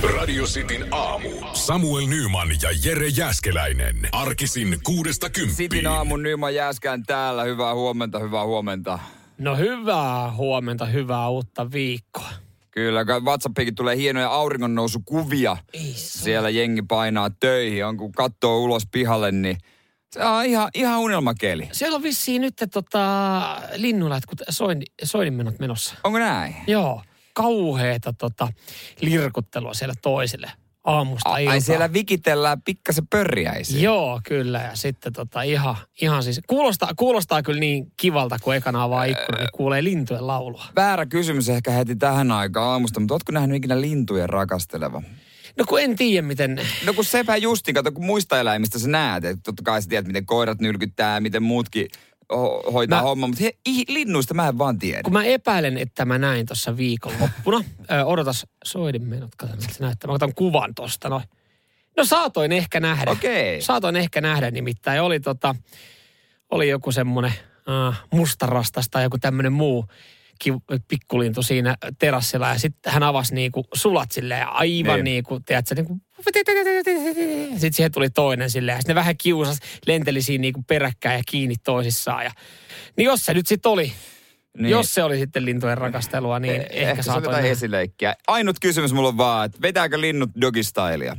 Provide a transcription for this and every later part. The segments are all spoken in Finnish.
Radio Cityn aamu. Samuel Nyman ja Jere Jääskeläinen. Arkisin 6–10. Cityn aamun Nyman Jääskään täällä. Hyvää huomenta, hyvää huomenta. No hyvää huomenta, hyvää uutta viikkoa. Kyllä, WhatsAppikin tulee hienoja auringonnousukuvia. Siellä jengi painaa töihin. On kun katsoo ulos pihalle, niin se on ihan unelmakeli. Siellä on vissiin nyt linnulätkut soininmenot menossa. Onko näin? Joo, kauheeta lirkuttelua siellä toisille aamusta iltaan. Ai siellä vikitellään pikkasen pörjäisiä. Joo, kyllä. Ja sitten ihan siis, kuulostaa kyllä niin kivalta, kun ekana avaa ikkuna, niin kuulee lintujen laulua. Väärä kysymys ehkä heti tähän aikaan aamusta, mutta ootko nähnyt ikinä lintujen rakasteleva? No kun en tiedä miten... No kun sepä justiin, kato kun muista eläimistä sä näet, että totta kai sä tiedät, miten koirat nylkyttää, miten muutkin hoitaa hommaa, mutta linnuista mä en vaan tiedä. Kun mä epäilen, että mä näin tuossa viikonloppuna, odotas soidinmenot, katsotaan miltä se näyttää. Mä otan kuvan tosta noin. No saatoin ehkä nähdä. Okei. Saatoin ehkä nähdä nimittäin. Oli joku semmoinen mustarastas tai joku tämmöinen muu pikkulintu siinä terassilla ja sitten hän avasi niinku sulat silleen ja aivan niinku, tiedätkö, niinku sitten siihen tuli toinen silleen ja sitten ne vähän kiusasi, lenteli siinä niinku peräkkäin ja kiinni toisissaan ja niin jos se nyt sitten oli, niin. Jos se oli sitten lintujen rakastelua, niin ehkä saatoin nähdä. Esileikkiä. Ainut kysymys mulla on vaan, että vetääkö linnut dogistailia?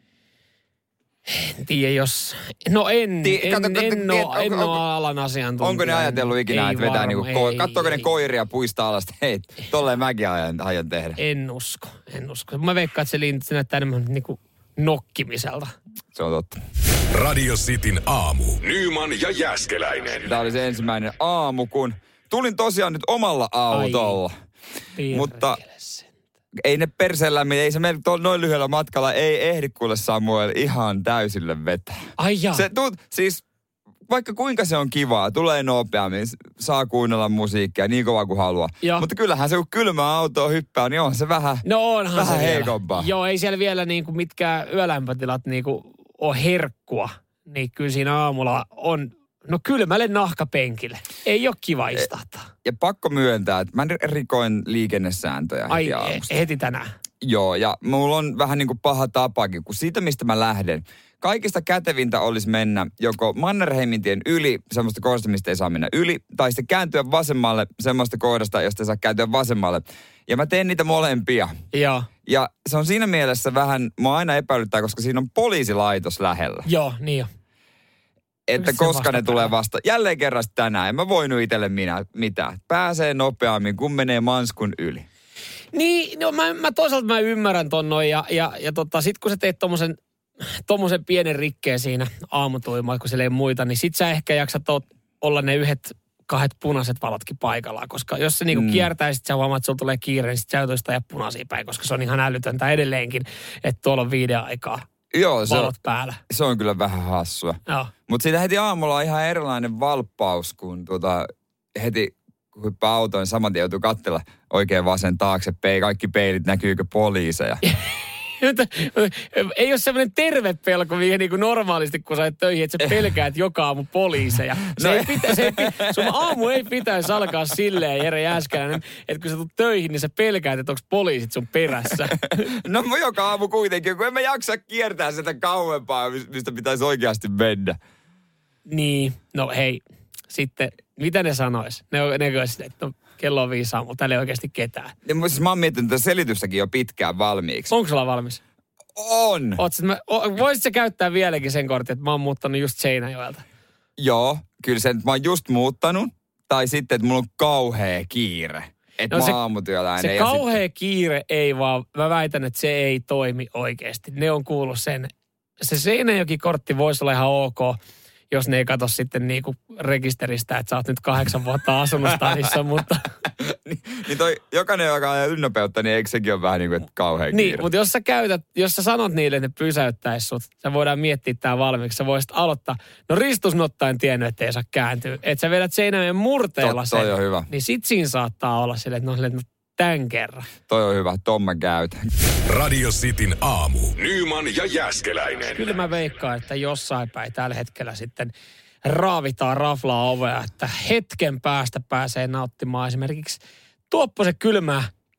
En tiedä, jos... No en ole alan asiantuntija. Onko ne ajatellut ikinä, että vetää niinku... Katsoako ne koiria puista alasta? Hei, tolleen mäkin aion tehdä. En usko. Mä veikkaan, että se näyttää enemmän niinku nokkimiselta. Se on totta. Radio Cityn aamu. Nyman ja Jääskeläinen. Tämä oli se ensimmäinen aamu, kun tulin tosiaan nyt omalla autolla. Mutta... Ei ne perseelämmin, ei se meillä noin lyhyellä matkalla, ei ehdi kuule Samuel ihan täysille vetää. Ai jaa. Siis vaikka kuinka se on kivaa, tulee nopeammin, saa kuunnella musiikkia niin kovaa kuin haluaa. Mutta kyllähän se kun kylmä auto hyppää, niin on se vähän, vähän heikompaa. Joo, ei siellä vielä niinku mitkään yölämpötilat niinku ole herkkua. Niin kyllä siinä aamulla on... No kylmälle nahkapenkille. Ei ole kiva istahtaa. Ja pakko myöntää, että mä rikoin liikennesääntöjä heti aamusta. Heti tänään. Joo, ja mulla on vähän niin kuin paha tapakin, kun siitä mistä mä lähden. Kaikista kätevintä olisi mennä joko Mannerheimintien yli, semmoista kohdasta, mistä ei saa mennä yli, tai sitten kääntyä vasemmalle, semmoista kohdasta, josta ei saa kääntyä vasemmalle. Ja mä teen niitä molempia. Joo. Ja se on siinä mielessä vähän, mua aina epäilyttää, koska siinä on poliisilaitos lähellä. Joo, niin jo. Että koska ne tulee vasta. Jälleen kerran tänään. En mä voinut itselle mitään. Pääsee nopeammin, kun menee manskun yli. Niin, no mä toisaalta ymmärrän ton noin. Ja sit kun sä teet tommosen pienen rikkeen siinä aamutuimaa, kun siellä ei muita, niin sit sä ehkä jaksat olla ne kahdet punaiset valotkin paikallaan. Koska jos se niinku kiertää, sit sä huomaat, että sulla tulee kiire, niin sit sä joutuisit ajaa punaisia päin, koska se on ihan älytöntä edelleenkin, että tuolla on 5 aikaa. Joo, valot päällä. Se on kyllä vähän hassua. Mutta siitä heti aamulla on ihan erilainen valppaus, kun heti kun hyppää autoon, niin saman tien joutuu katsella oikein vasen taakse. Kaikki peilit, näkyykö poliiseja. Ei ole semmoinen terve pelko, mihin niin kuin normaalisti, kun sä et töihin, että sä pelkäät joka aamu poliiseja. Sun aamu ei pitäisi alkaa silleen, Jere Jääskeläinen, että kun sä tulet töihin, niin sä pelkäät, että onko poliisit sun perässä. No joka aamu kuitenkin, kun en mä jaksa kiertää sitä kauempaa, mistä pitäisi oikeasti mennä. Niin, no hei, sitten, mitä ne sanois? Ne olisi, että kello on 5 aamulla, täällä ei oikeasti ketään. Ja siis mä oon miettinyt tätä selitystäkin jo pitkään valmiiksi. Onko sulla valmis? On. Voisit sä käyttää vieläkin sen kortin, että mä oon muuttanut just Seinäjoelta? Joo, kyllä sen, että mä oon just muuttanut. Tai sitten, että mulla on kauhea kiire. Että mä oon aamutyöläinen. Se kauhea kiire ei vaan, mä väitän, että se ei toimi oikeasti. Ne on kuullut sen. Se Seinäjoki-kortti voisi olla ihan ok, jos ne ei katso sitten niinku rekisteristä, että sä oot nyt 8 vuotta asunut Stanissa, mutta... niin toi jokainen, joka on ylnopeutta, niin eikö sekin ole vähän niin kuin kauhean kiire? Niin, mutta jos sä sanot niille, että ne pysäyttäisi sut, sä voidaan miettiä tää valmiiksi, sä voisit aloittaa. No ristusnotta en tiennyt, että ei saa kääntyä. Että sä vedät Seinäjoen murteella sen. Toi on hyvä. Niin sit siinä saattaa olla silleen, että tän kerran. Toi on hyvä, ton mä käytän. Radio Cityn aamu. Nyman ja Jääskeläinen. Kyllä mä veikkaan, että jossain päin tällä hetkellä sitten raavitaan raflaa ovea, että hetken päästä pääsee nauttimaan esimerkiksi tuoppoisen kylmää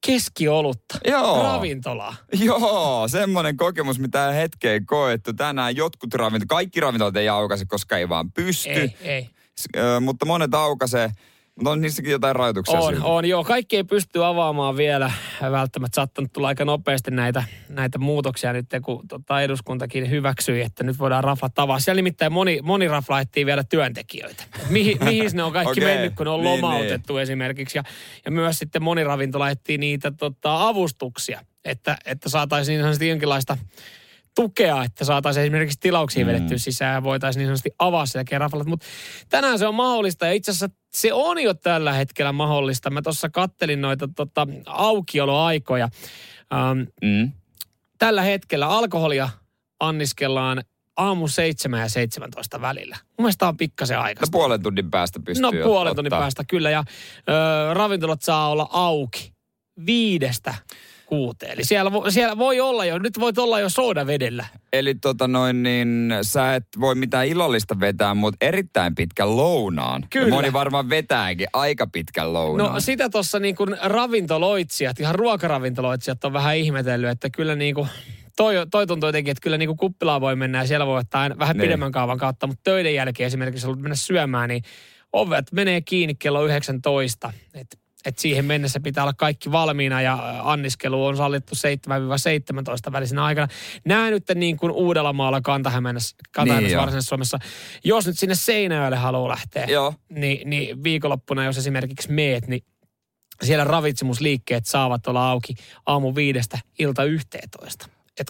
keskiolutta. Joo. Ravintolaa. Joo, semmoinen kokemus, mitä hetkeen koettu tänään. Jotkut kaikki ravintolat ei aukaise, koska ei vaan pysty. Ei. Mutta monet aukaisee. Mutta on niissäkin jotain rajoituksia. On, joo. Kaikki ei pysty avaamaan vielä. Välttämättä saattanut tulla aika nopeasti näitä muutoksia nyt, kun eduskuntakin hyväksyi, että nyt voidaan raflat avaa. Siellä nimittäin moni rafla etsii vielä työntekijöitä. Mihin ne on kaikki mennyt, kun ne on lomautettu esimerkiksi. Ja myös sitten moni ravintola etsii niitä avustuksia, että saataisiin niin jonkinlaista tukea, että saataisiin esimerkiksi tilauksia vedettyä sisään ja voitaisiin niin sanotusti avaa selkeä raflat. Mutta tänään se on mahdollista ja itse asiassa se on jo tällä hetkellä mahdollista. Mä tuossa kattelin noita aukioloaikoja. Tällä hetkellä alkoholia anniskellaan aamu 7 ja 17 välillä. Mun mielestä on pikkasen aikaista. No puolen tunnin päästä pystyy puolen tunnin päästä, kyllä. Ja ravintolat saa olla auki 5:00 6:00. Eli siellä voi olla jo, nyt voit olla jo soodavedellä. Eli sä et voi mitään illallista vetää, mutta erittäin pitkän lounaan. Kyllä. Ja moni varmaan vetääkin aika pitkän lounaan. No sitä tuossa niin kuin ravintoloitsijat, ihan ruokaravintoloitsijat on vähän ihmetellyt, että kyllä niin kuin toi tuntuu jotenkin, että kyllä niin kuin kuppilaan voi mennä ja siellä voi ottaa vähän pidemmän kaavan kautta, mutta töiden jälkeen esimerkiksi haluat mennä syömään, niin ovet menee kiinni kello 19. Että siihen mennessä pitää olla kaikki valmiina ja anniskelu on sallittu 7-17 välisenä aikana. Nämä nyt niin kuin Uudellamaalla, Kanta-Hämeessä Varsinais Suomessa. Jos nyt sinne Seinäjoelle haluaa lähteä, niin viikonloppuna, jos esimerkiksi meet, niin siellä ravitsemusliikkeet saavat olla auki aamu 5:00 ilta 11.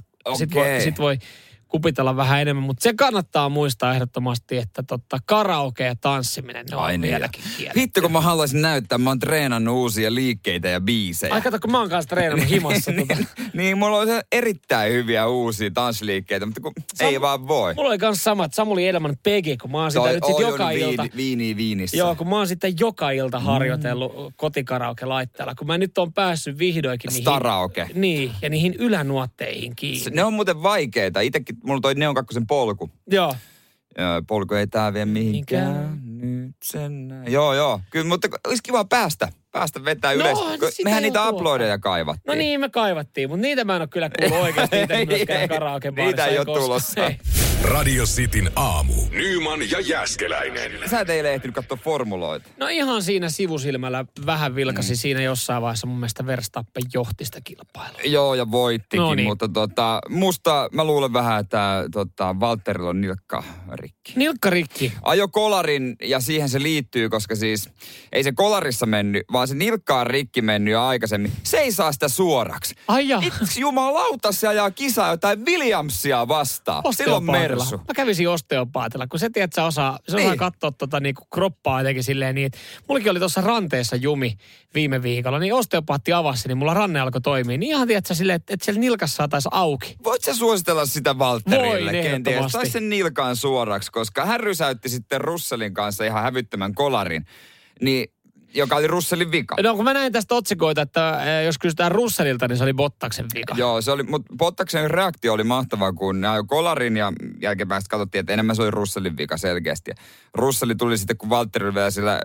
Sit voi kupitella vähän enemmän, mutta se kannattaa muistaa ehdottomasti, että karaoke ja tanssiminen, ne on vieläkin kielletty. Hitto, kun mä haluaisin näyttää, mä oon treenannut uusia liikkeitä ja biisejä. Ai kato, kun mä oon kanssa treenannut himassa. Niin, mulla on erittäin hyviä uusia tanssiliikkeitä, mutta ei vaan voi. Mulla oli kanssa samat, Samuli Edelman Pegi, kun mä oon sitä nyt sit joka ilta. Viinissä. Joo, kun mä oon sitten joka ilta harjoitellut kotikaraoke-laitteella, kun mä nyt oon päässyt vihdoinkin Staraoke. Niin, ja niihin ylänuotteihin kiinni. Ne on muuten vaikeita. Itekin mulla toi Neon 2 polku. Joo. Polku ei tää vie mihinkään. Nyt sen näin. Joo. Kyllä, mutta olisi kiva päästä vetää ylös. Mehän niitä uploadeja kaivattiin. No niin, me kaivattiin, mutta niitä mä en ole kyllä kuullut oikeasti itse myöskään karaokebaarissa. Niitä ei ole tulossa. Radio Cityn aamu. Nyman ja Jääskeläinen. Sä et eilen ehtinyt katsoa formuloita. No ihan siinä sivusilmällä vähän vilkasi siinä jossain vaiheessa. Mun mielestä Verstappen johti sitä kilpailua. Joo, ja voittikin, Noniin. mutta musta mä luulen vähän, että Valtterilla on nilkka rikki. Nilkka rikki. Ajo kolarin ja siihen se liittyy, koska siis ei se kolarissa mennyt, vaan se nilkka on rikki mennyt jo aikaisemmin. Se ei saa sitä suoraksi. Ai ja. Itse jumalauta, se ajaa kisaa jotain Williamsia vastaan. Silloin mersu. Mä kävisin osteopaatilla, kun se tiedät, että se osaa katsoa niinku kroppaa jotenkin silleen niin, että mullakin oli tuossa ranteessa jumi viime viikolla, niin osteopaatti avasi, niin mulla ranne alkoi toimia. Niin ihan tiedät sä silleen, että siellä nilkassa saataisiin auki. Voit sä suositella sitä Valtterille? Voin, kenties? Tai sen nilkan suoraksi, koska hän rysäytti sitten Russellin kanssa ihan hävyttömän kolarin. Niin joka oli Russellin vika. No kun mä näin tästä otsikoita, että jos kysytään Russellilta, niin se oli Bottaksen vika. Joo, se oli, mutta Bottaksen reaktio oli mahtavaa, kun ne ajoi kolarin ja jälkeenpäin katsottiin, että enemmän se oli Russellin vika selkeästi. Ja Russelli tuli sitten, kun Valtteri oli vielä siellä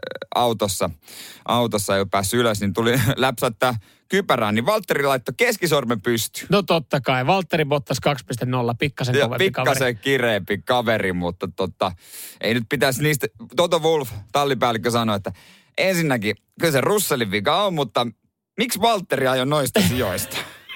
autossa ei ole päässyt ylös, niin tuli läpsättää kypärään, niin Valtteri laittoi keskisormen pystyyn. No totta kai, Valtteri Bottas 2.0, pikkasen kovempi kaveri. Pikkasen kireempi kaveri, mutta ei nyt pitäisi niistä, Toto Wolff, tallipäällikkö sanoi, että ensinnäkin, kyllä se Russellin vika on, mutta miksi Valtteri ajoi noista sijoista?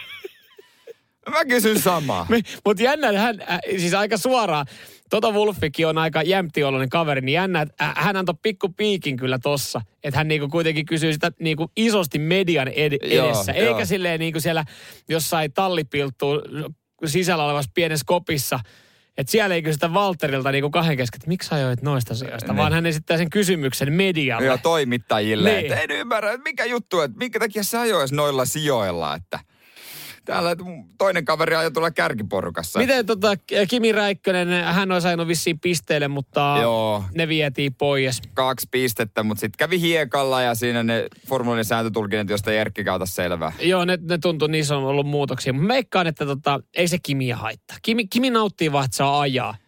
Mä kysyn samaa. Mutta jännä, hän siis aika suoraan, Toto Wolffikin on aika jämptioloinen kaveri, niin jännä, että hän antoi pikku piikin kyllä tossa. Että hän niinku kuitenkin kysyy sitä niinku isosti median edessä. Eikä silleen niinku siellä jossain tallipilttuun sisällä olevassa pienessä kopissa. Että siellä ei kysytä Valtterilta niinku kahden kesken, että miksi ajoit noista sijoista, vaan hän esittää sen kysymyksen medialle. Joo, toimittajille. Niin. Että en ymmärrä, että mikä juttu, että minkä takia sä ajois noilla sijoilla, että täällä toinen kaveri ajoi tuolla kärkiporukassa. Miten Kimi Räikkönen, hän olisi ajanut vissiin pisteelle, mutta ne vietiin pois. 2 pistettä, mutta sitten kävi hiekalla ja siinä ne formuloiden sääntötulkinnat, josta Jerkki kautta selvää. Joo, ne tuntui, niissä on ollut muutoksia. Mutta veikkaan, että ei se Kimiä haittaa. Kimi nauttii vaan, että saa ajaa.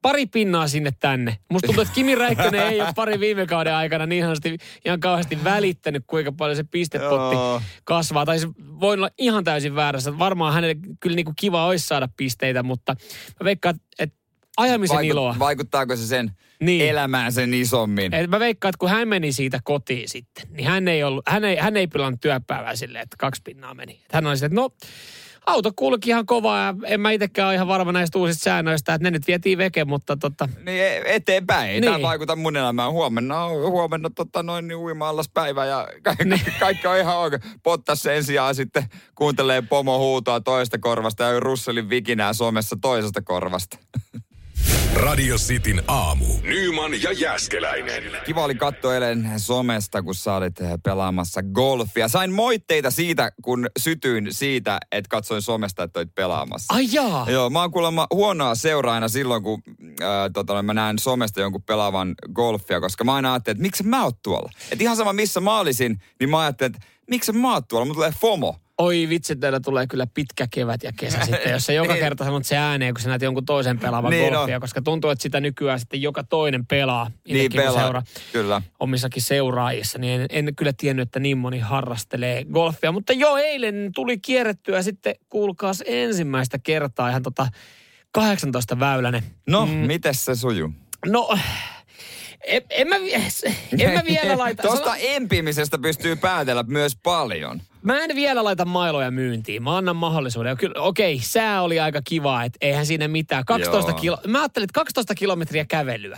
pari pinnaa sinne tänne. Musta tuntuu, että Kimi Räikkönen ei ole pari viime kauden aikana niin ihan kauheasti välittänyt, kuinka paljon se pistepotti kasvaa. Tai se voi olla ihan täysin väärässä. Varmaan hänelle kyllä niin kuin kiva olisi saada pisteitä, mutta mä veikkaan, että ajamisen iloa. Vaikuttaako se sen elämään sen isommin? Et mä veikkaan, että kun hän meni siitä kotiin sitten, niin hän ei pilannut työpäivää silleen, että 2 pinnaa meni. Et hän oli sitten, että no, auto kulki ihan kovaa ja en mä itsekään ole ihan varma näistä uusista säännöistä, että ne nyt vietiin veke, mutta Niin eteenpäin, ei tämä vaikuta mun elämään. Huomenna niin uima-allaspäivä ja kaikki on ihan oikein. Pottas sen sijaan sitten kuuntelee pomo huutoa toista korvasta ja Russelin vikinää somessa toisesta korvasta. Radio Cityn aamu. Nyman ja Jääskeläinen. Kiva oli katsoa eilen somesta, kun sä olit pelaamassa golfia. Sain moitteita siitä, kun sytyin siitä, että katsoin somesta, että olit pelaamassa. Ai jaa. Joo, mä oon kuulemma huonoa seuraajana silloin, kun mä näen somesta jonkun pelaavan golfia, koska mä aina ajattelin, että miksi mä oot tuolla. Että ihan sama missä mä olisin, niin mä ajattelin, että miksi mä oot tuolla, mun tulee FOMO. Oi vitsi, teillä tulee kyllä pitkä kevät ja kesä sitten, jos sä joka kerta sanot se ääneen, kun sä näet jonkun toisen pelaavan golfia, koska tuntuu, että sitä nykyään sitten joka toinen pelaa. Niin pelaa, kyllä. Omissakin seuraajissa, niin en kyllä tiennyt, että niin moni harrastelee golfia. Mutta joo, eilen tuli kierrettyä sitten, kuulkaas ensimmäistä kertaa ihan 18 väylänen. No, mites se sujuu? No... En mä vielä laita... Tuosta empimisestä pystyy päätellä myös paljon. Mä en vielä laita mailoja myyntiin. Mä annan mahdollisuuden. Kyllä, okei, sää oli aika kiva, että eihän siinä mitään. 12 Mä ajattelin, että 12 kilometriä kävelyä.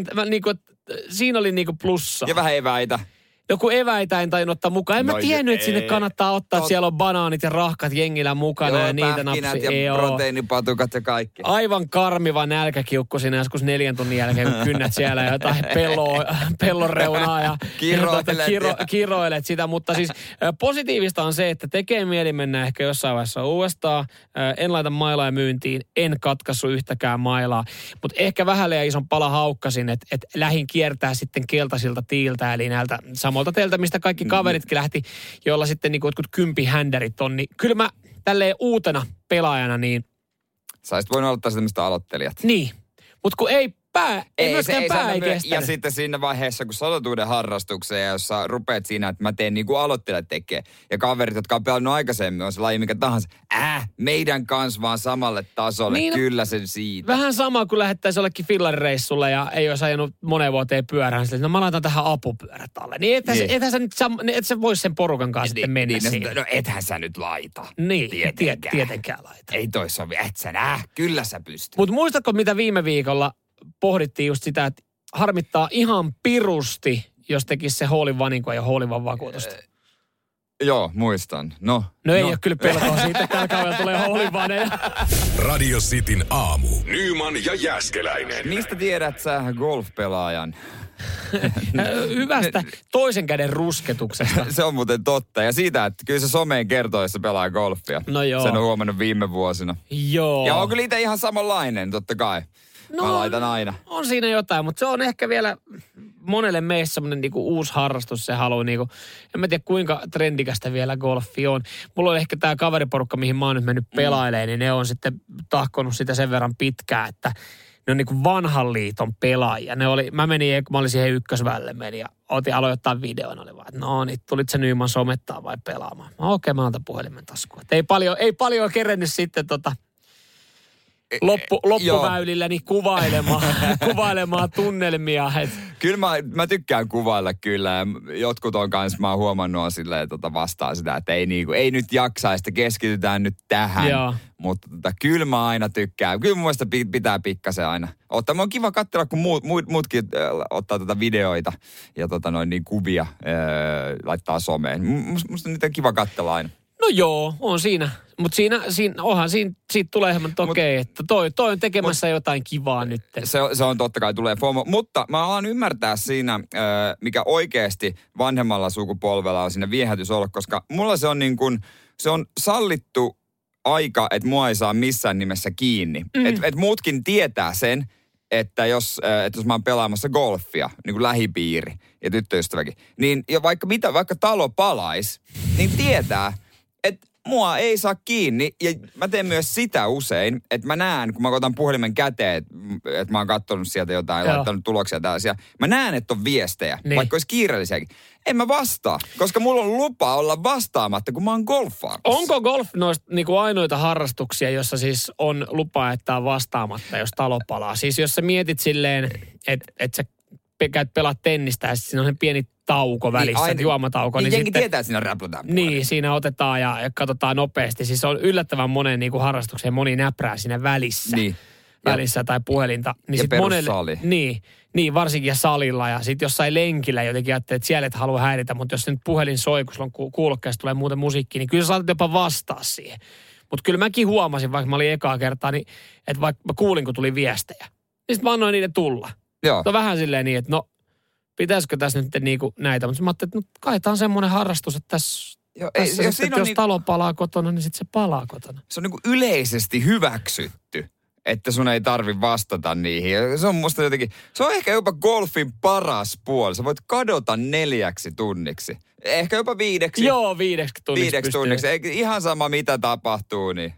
Siinä oli niinku plussa. Ja vähän eväitä. Joku eväitä en tainnut ottaa mukaan. En mä tiennyt, että sinne kannattaa ottaa, että siellä on banaanit ja rahkat jengillä mukana ja niitä napsi. Ja proteiinipatukat ja kaikki. Aivan karmiva nälkäkiukku siinä joskus 4 tunnin jälkeen, kun kynnät siellä ja jotain pellon reunaa ja kiroilet sitä. Mutta siis positiivista on se, että tekee mieli mennä ehkä jossain vaiheessa uudestaan. En laita mailaa myyntiin, en katkassu yhtäkään mailaa. Mutta ehkä vähän liian ison pala haukkasin, että lähin kiertää sitten keltaisilta tiiltä, eli näiltä samoilta teiltä, mistä kaikki kaveritkin lähti, joilla sitten niin jotkut 10 händärit on. Niin kyllä mä tälleen uutena pelaajana niin... Saisit voinut aloittaa tämmöistä aloittelijat. Niin, mutta kun ei myöskään pää ei kestänyt. Ja sitten siinä vaiheessa, kun sä aloitat uuden harrastukseen, ja jos sä rupeat siinä, että mä teen niin kuin aloittelijat tekee, ja kaverit, jotka on pelannut aikaisemmin, on se laji mikä tahansa, meidän kanssa vaan samalle tasolle, niin, kyllä se siitä. Vähän sama kuin lähettäisiin jollekin fillarireissulle, ja ei olisi ajanut moneen vuoteen pyörään, sille, no mä laitan tähän apupyörät alle. Niin ethän sä nyt, et sä vois sen porukan kanssa sitten mennä siinä. No ethän sä nyt laita. Niin, tietenkään laita. Ei toi sovi, et sä kyllä sä pystyt. Mutta muistatko, mitä viime viikolla pohdittiin just sitä, että harmittaa ihan pirusti, jos tekisi se hoolin vaninkoa ja hoolivan vakuutusta. Joo, muistan. No ei ole kyllä pelkoa siitä, että tällä kaudella tulee hoolin vaneja. Radio Cityn aamu. Nyman ja Jääskeläinen. Mistä tiedät sä golfpelaajan? Hyvästä toisen käden rusketuksesta. Se on muuten totta. Ja siitä, että kyllä se someen kertoo, jos se pelaa golfia. No joo. Sen on huomannut viime vuosina. Joo. Ja on kyllä itse ihan samanlainen, totta kai. No, mä laitan aina. On siinä jotain, mutta se on ehkä vielä monelle meistä semmoinen niinku uusi harrastus. Se haluaa niinku, en mä tiedä kuinka trendikästä vielä golfi on. Mulla on ehkä tää kaveriporukka, mihin mä oon nyt mennyt pelailemaan, niin ne on sitten tahkonut sitä sen verran pitkään, että ne on niinku vanhan liiton pelaajia. Mä olin siihen ykkösvälle ja aloin ottaa videon. Oli vaan, että no niin, tulit se Nyman somettaa vai pelaamaan? Okei, mä otan puhelimen taskuun. Ei paljon kerennyt sitten loppuväylilläni kuvailemaan tunnelmia. Kyllä mä tykkään kuvailla kyllä. Jotkut on kanssa, mä oon huomannut silleen, vastaan sitä, että ei nyt jaksa, että keskitytään nyt tähän. Joo. Mutta kyllä mä aina tykkään. Kyllä mun mielestä pitää pikkasen aina ottaa. Mä on kiva katsella, kun muutkin ottaa videoita ja niin kuvia laittaa someen. Musta niitä on kiva katsella aina. No joo, on siinä. Mutta siitä tulee hieman okei, että toi on tekemässä jotain kivaa nyt. Se on totta kai, tulee FOMO. Mutta mä alan ymmärtää siinä, mikä oikeasti vanhemmalla sukupolvella on siinä viehätysolo, koska mulla se on niin kuin, se on sallittu aika, että mua ei saa missään nimessä kiinni. Et muutkin tietää sen, että jos mä oon pelaamassa golfia, niin kuin lähipiiri ja tyttöystäväkin, niin ja vaikka talo palaisi, niin tietää, että mua ei saa kiinni. Ja mä teen myös sitä usein, että mä näen, kun mä otan puhelimen käteen, että mä oon katsonut sieltä jotain ja laittanut tuloksia tällaisia. Mä näen, että on viestejä, vaikka olisi kiireellisiäkin. En mä vastaa, koska mulla on lupa olla vastaamatta, kun mä oon golfaamassa. Onko golf noista niinku ainoita harrastuksia, jossa siis on lupa, että on vastaamatta, jos talo palaa? Siis jos sä mietit silleen, että sä käyt pelaat tennistä ja siinä on se pieni tauko välissä, niin juomatauko. Niin jengi tietää, että siinä räplätään. Niin, siinä otetaan ja katsotaan nopeasti. Siis on yllättävän monen niinku harrastuksen moni näprää siinä välissä. Niin. Välissä tai puhelinta. Niin ja perussali. Niin, varsinkin salilla. Ja sitten jossain lenkillä jotenkin ajattelee, että siellä et halua häiritä, mutta jos nyt puhelin soi, kun sulla on kuulokkeessa tulee muuten musiikkia, niin kyllä sä saatat jopa vastaa siihen. Mutta kyllä mäkin huomasin, vaikka mä olin ekaa kertaa, niin, että vaikka mä kuulin, kun tuli viestejä, niin sitten mä annoin niiden tulla. Joo. No vähän silleen niin, että no, pitäisikö tässä nyt niinku näitä, mutta mä ajattelin, että no, kai tämä on semmoinen harrastus, että tässä jos talo palaa kotona, niin sitten se palaa kotona. Se on niinku yleisesti hyväksytty, että sun ei tarvi vastata niihin. Se on musta jotenkin, se on ehkä jopa golfin paras puoli. Sä voit kadota 4 tunniksi. Ehkä jopa 5. Joo, 5 tunniksi 5 tunniksi. Ihan sama mitä tapahtuu, niin.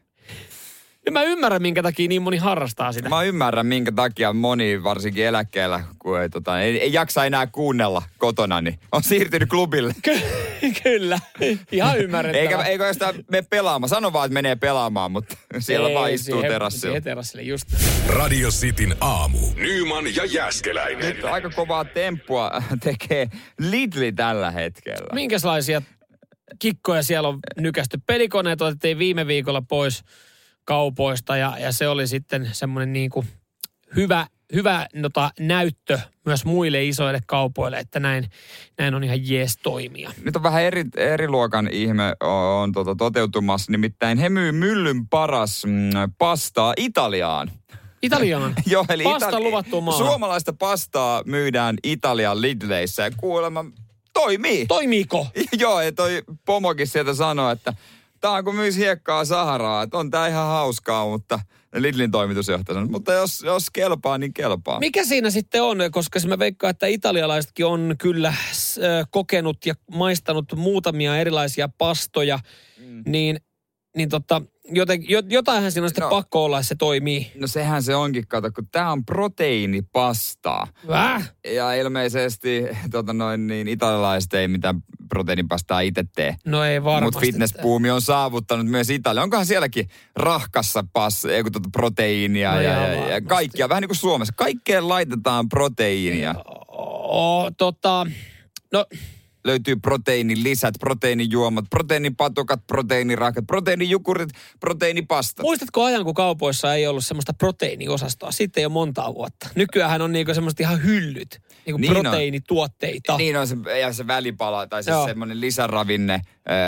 Ja mä ymmärrän, minkä takia niin moni harrastaa sitä. Mä ymmärrän, minkä takia moni, varsinkin eläkkeellä, kun ei jaksa enää kuunnella kotona, niin on siirtynyt klubille. Kyllä, ihan ymmärrettävä. Eikä oikeastaan mene pelaamaan. Sano vaan, että menee pelaamaan, mutta siellä vaan istuu terassilla. Siihen terassille, just. Radio Cityn aamu. Nyman ja Jääskeläinen. Nyt aika kovaa temppua tekee Lidli tällä hetkellä. Minkälaisia kikkoja siellä on nykästy? Pelikoneet otettiin viime viikolla pois kaupoista ja se oli sitten semmoinen niin kuin hyvä näyttö myös muille isoille kaupoille, että näin on ihan jees toimia. Nyt on vähän eri luokan ihme on toteutumassa, nimittäin he myy myllyn paras pastaa Italiaan. Italiaan? Joo, eli Pasta luvattu maa. Suomalaista pastaa myydään Italian Lidleissä ja kuulemma toimii. Toimiiko? Joo, ja toi pomokin sieltä sanoi, että tää on kuin myisi hiekkaa Saharaa, että on tää ihan hauskaa, mutta Lidlin toimitusjohtaja sanoi, mutta jos kelpaa, niin kelpaa. Mikä siinä sitten on, koska mä veikkaan, että italialaisetkin on kyllä kokenut ja maistanut muutamia erilaisia pastoja, niin jotainhan siinä on sitten pakko olla, että se toimii. No sehän se onkin, kato, kun tää on proteiinipastaa. Ja ilmeisesti italialaiset ei mitään proteiinipastaa itse tee. No ei varmasti. Mutta fitnessbuumi on saavuttanut myös Italia. Onkohan sielläkin rahkassa proteiinia ja kaikkia, vähän niin kuin Suomessa. Kaikkeen laitetaan proteiinia. Löytyy proteiinilisät, proteiinijuomat, proteiinipatukat, proteiinirakat, proteiinijukurit, proteiinipastat. Muistatko ajan, kun kaupoissa ei ollut semmoista proteiiniosastoa? Sitten ei ole montaa vuotta. Nykyäänhän on niinku semmoista ihan hyllyt, niin proteiinituotteita. Niin on se välipala tai se semmoinen lisäravinne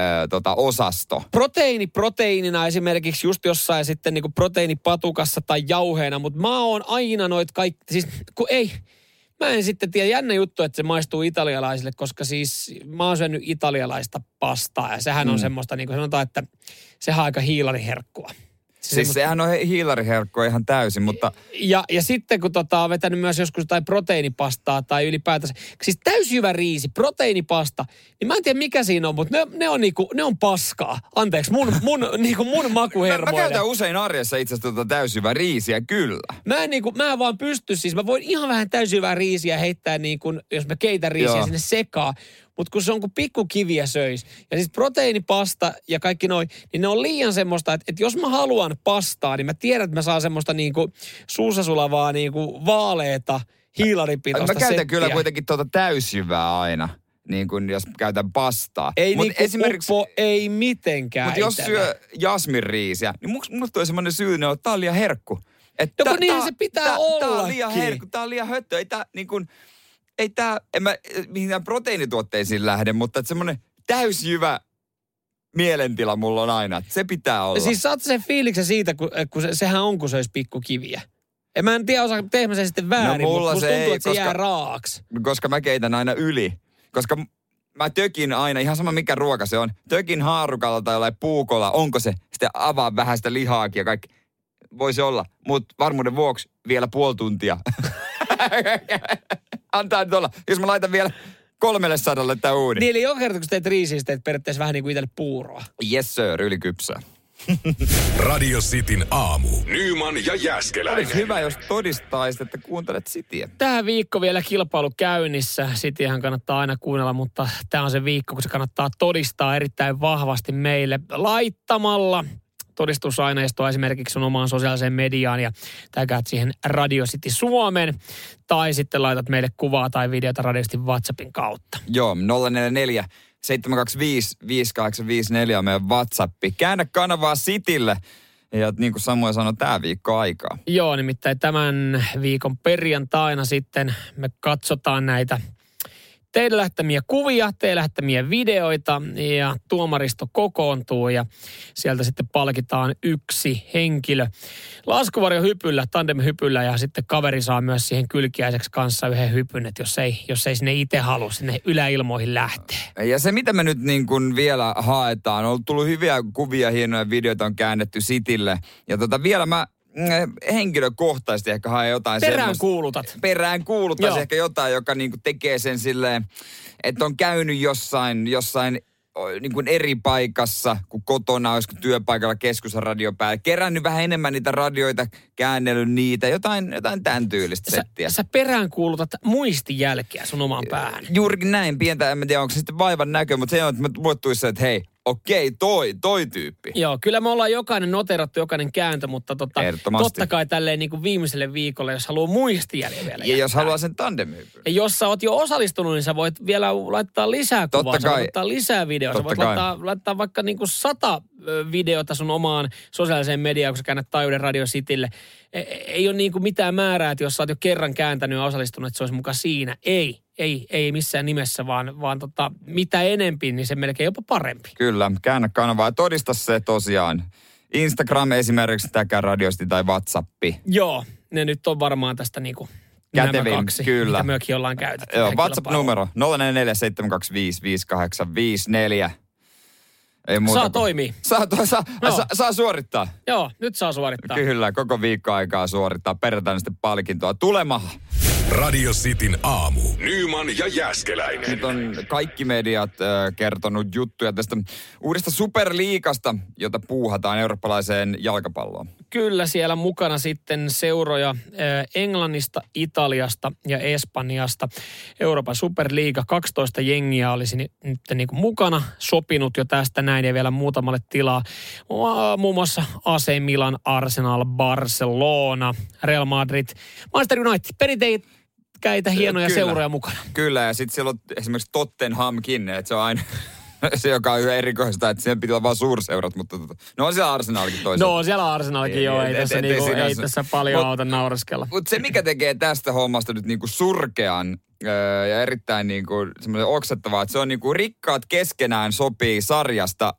osasto. Proteiinina esimerkiksi just jossain sitten niinku proteiinipatukassa tai jauheena, mutta mä oon aina noit kaikki, siis kun ei. Mä en sitten tiedä, jännä juttu, että se maistuu italialaisille, koska siis mä oon syönyt italialaista pastaa ja sehän on semmoista, niin kuin sanotaan, että sehän on aika hiilariherkkua. Sehän on hiilariherkkua ihan täysin, mutta... Ja sitten kun on vetänyt myös joskus jotain proteiinipastaa tai ylipäätänsä, siis täysjyvä riisi, proteiinipasta, niin mä en tiedä mikä siinä on, mutta ne on paskaa. Anteeksi, mun makuhermoille. Mä käytän usein arjessa itse asiassa täysjyvä riisiä, kyllä. Mä en vaan pysty, siis mä voin ihan vähän täysjyvää riisiä heittää jos mä keitän riisiä sinne sekaan. Mutta kun se on kuin pikkukiviä söis. Ja siis proteiinipasta ja kaikki noin, niin ne on liian semmoista, että jos mä haluan pastaa, niin mä tiedän, että mä saan semmoista niinku suussa sulavaa niinku vaaleeta hiilaripitoista Mä käytän settiä. kyllä kuitenkin täysjyvää aina, niin kuin jos käytän pastaa. Ei ei mitenkään. Mutta jos syö jasminriisiä, niin musta tulee semmoinen syy, että tää on liian herkku. Kun niinhän se pitää ollakin. Tää on liian herkku, tää on liian höttö. Ei tää niin kuin... en mä mihinkään proteiinituotteisiin lähde, että semmoinen täysjyvä mielentila mulla on aina, että se pitää olla. Siis saat sen fiiliksen siitä, kun sehän on, kun se olisi pikkukiviä. Mä en tiedä, tehdä mä sen sitten väärin, mutta musta tuntuu, että se jää raaksi. Koska mä keitän aina yli. Koska mä tökin aina, ihan sama mikä ruoka se on, tökin haarukalla tai jollain puukolla, onko se, sitten avaa vähän sitä lihaakin ja kaikki. Voisi olla, mutta varmuuden vuoksi vielä 0,5 tuntia. Antaa nyt olla. Jos mä laitan vielä 300 tämä uuni. Niin, eli joka kerta, kun teet riisiä, teet periaatteessa vähän niin kuin itselle puuroa. Yes sir, yli kypsää. Radio Cityn aamu. Nyman ja Jääskeläinen. Olisi hyvä, jos todistaisit, että kuuntelet Cityä. Tämä viikko vielä kilpailu käynnissä. Cityhän kannattaa aina kuunnella, mutta tämä on se viikko, kun se kannattaa todistaa erittäin vahvasti meille laittamalla todistusaineistoa esimerkiksi sun omaan sosiaaliseen mediaan ja täkäät siihen Radio City Suomen. Tai sitten laitat meille kuvaa tai videota Radio Cityn WhatsAppin kautta. Joo, 044 725 5854 on meidän WhatsAppi. Käännä kanavaa Citylle. Ja niin kuin Samuel sanoi, tämä viikko aikaa. Joo, nimittäin tämän viikon perjantaina sitten me katsotaan näitä teidän lähettämiä kuvia, teidän lähettämiä videoita ja tuomaristo kokoontuu ja sieltä sitten palkitaan yksi henkilö laskuvarjohypyllä, tandemhypyllä ja sitten kaveri saa myös siihen kylkiäiseksi kanssa yhden hypyn, että jos ei sinne itse halua sinne yläilmoihin lähteä. Ja se mitä me nyt niin kuin vielä haetaan, on tullut hyviä kuvia, hienoja videoita on käännetty Citylle ja vielä mä henkilökohtaisesti ehkä hae jotain Peräänkuulutat. Peräänkuulutas ehkä jotain, joka niinku tekee sen silleen, että on käynyt jossain niin kuin eri paikassa kuin kotona, olisiko työpaikalla keskusradio päällä. Kerännyt vähän enemmän niitä radioita, käännellyt niitä, jotain tämän tyylistä settiä. Sä peräänkuulutat muistijälkeä sun omaan päähän. Juurikin näin, pientä, en tiedä onko se sitten vaivan näkö, mutta se on, että mulle tulisi se, että hei, okei, toi tyyppi. Joo, kyllä me ollaan jokainen noterattu, jokainen kääntö, mutta totta kai tälleen niin kuin viimeiselle viikolle, jos haluaa muistijäljen vielä. Ja jos haluaa sen tandemhypyn. Ja jos sä oot jo osallistunut, niin sä voit vielä laittaa lisää kuvaa, sä voit laittaa lisää videoa, sä voit laittaa vaikka niin kuin 100 videota sun omaan sosiaaliseen mediaan, kun sä käännät taajuuden Radio Citylle. Ei ole niin kuin mitään määrää, että jos sä oot jo kerran kääntänyt ja osallistunut, että se olisi mukaan siinä. Ei missään nimessä, vaan mitä enempi, niin se melkein jopa parempi. Kyllä, käännä kanavaa ja todista se tosiaan. Instagram esimerkiksi, Radio City tai WhatsAppi. Joo, ne nyt on varmaan tästä niinku kätevin, nämä kaksi, kyllä. mitä myökin ollaan käytetty. Joo, WhatsApp-numero 044 Ei muuta saa toimii. Saa suorittaa. Joo, nyt saa suorittaa. Kyllä, koko viikko aikaa suorittaa. Perjantaina sitten palkintoa tulemaha. Radio Cityn aamu. Nyman ja Jääskeläinen. Nyt on kaikki mediat kertonut juttuja tästä uudesta superliigasta, jota puuhataan eurooppalaiseen jalkapalloon. Kyllä, siellä mukana sitten seuroja Englannista, Italiasta ja Espanjasta. Euroopan superliiga, 12 jengiä olisi nyt niin kuin mukana, sopinut jo tästä näin ja vielä muutamalle tilaa. Muun muassa AC Milan, Arsenal, Barcelona, Real Madrid, Manchester United, perinteikkäitä hienoja seuroja mukana. Kyllä, ja sitten siellä on esimerkiksi Tottenhamkin, että se on aina se, joka on hyvin erikoista, että siellä pitää olla vaan suurseurat, mutta no on siellä Arsenalkin toisaalta. No siellä Arsenalkin joo, ei tässä paljon auta nauraskella. Mutta se, mikä tekee tästä hommasta nyt niinku surkean ja erittäin niinku semmoinen oksettavaa, että se on niinku rikkaat keskenään sopii sarjasta,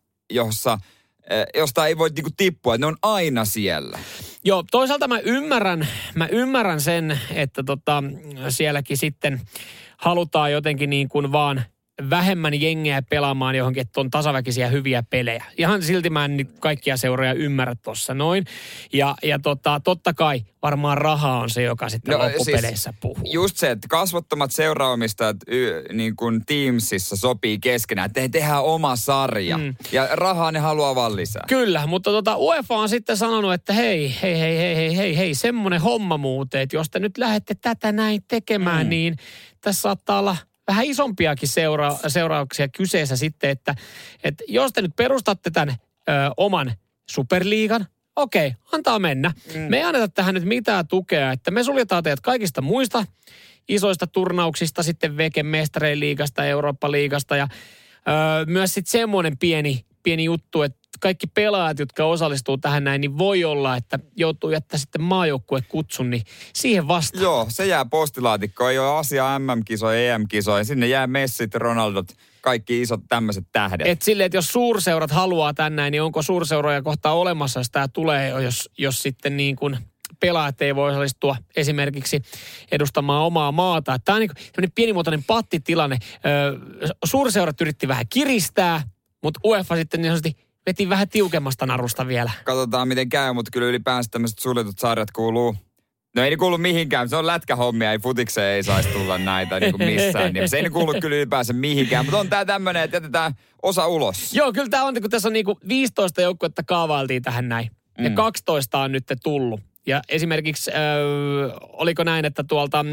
josta ei voi niinku tippua, että ne on aina siellä. Joo, toisaalta mä ymmärrän sen, että sielläkin sitten halutaan jotenkin niin kuin vaan vähemmän jengeä pelaamaan johonkin, että on tasaväkisiä hyviä pelejä. Ihan silti mä en kaikkia seuroja ymmärrä tuossa noin. Ja totta kai varmaan raha on se, joka sitten loppupeleissä siis puhuu. Just se, että kasvottomat seuraamistajat niin kuin Teamsissa sopii keskenään, että tehdään oma sarja. Ja rahaa ne haluaa vaan lisää. Kyllä, mutta UEFA on sitten sanonut, että hei, semmoinen homma muuten, että jos te nyt lähdette tätä näin tekemään, niin tässä saattaa olla vähän isompiakin seurauksia kyseessä sitten, että jos te nyt perustatte tämän oman superliigan, okei, antaa mennä. Me ei anneta tähän nyt mitään tukea, että me suljetaan teidät kaikista muista isoista turnauksista, sitten Mestareiden liigasta, Eurooppa-liigasta ja myös sitten semmoinen pieni juttu, että kaikki pelaajat, jotka osallistuu tähän näin, niin voi olla, että joutuu jättää sitten maajoukkuekutsun, niin siihen vastaan. Joo, se jää postilaatikkoon. Ei ole asia MM-kisoja, EM-kisoja. Sinne jää Messit, Ronaldot, kaikki isot tämmöiset tähdet. Et silleen, että jos suurseurat haluaa tän näin, niin onko suurseuroja kohtaa olemassa, jos tämä tulee, jos sitten niin kuin pelaajat ei voi osallistua esimerkiksi edustamaan omaa maata. Tämä on niin kuin pienimuotoinen pattitilanne. Suurseurat yritti vähän kiristää, mutta UEFA sitten niin sanotusti veti vähän tiukemmasta narusta vielä. Katsotaan miten käy, mutta kyllä ylipäänsä tämmöiset suljetut sarjat kuuluu No ei ne kuulu mihinkään. Se on lätkähommia. Ei futikseen ei saisi tulla näitä niin kuin missään. Se ei ne kuulu kyllä ylipäänsä mihinkään. Mutta on tää tämmönen, että jätetään osa ulos. Joo, kyllä tää on, kun tässä on niinku 15 joukkuetta kaavailtiin tähän näin. Ja 12 on nyt tullut. Ja esimerkiksi, oliko näin, että tuolta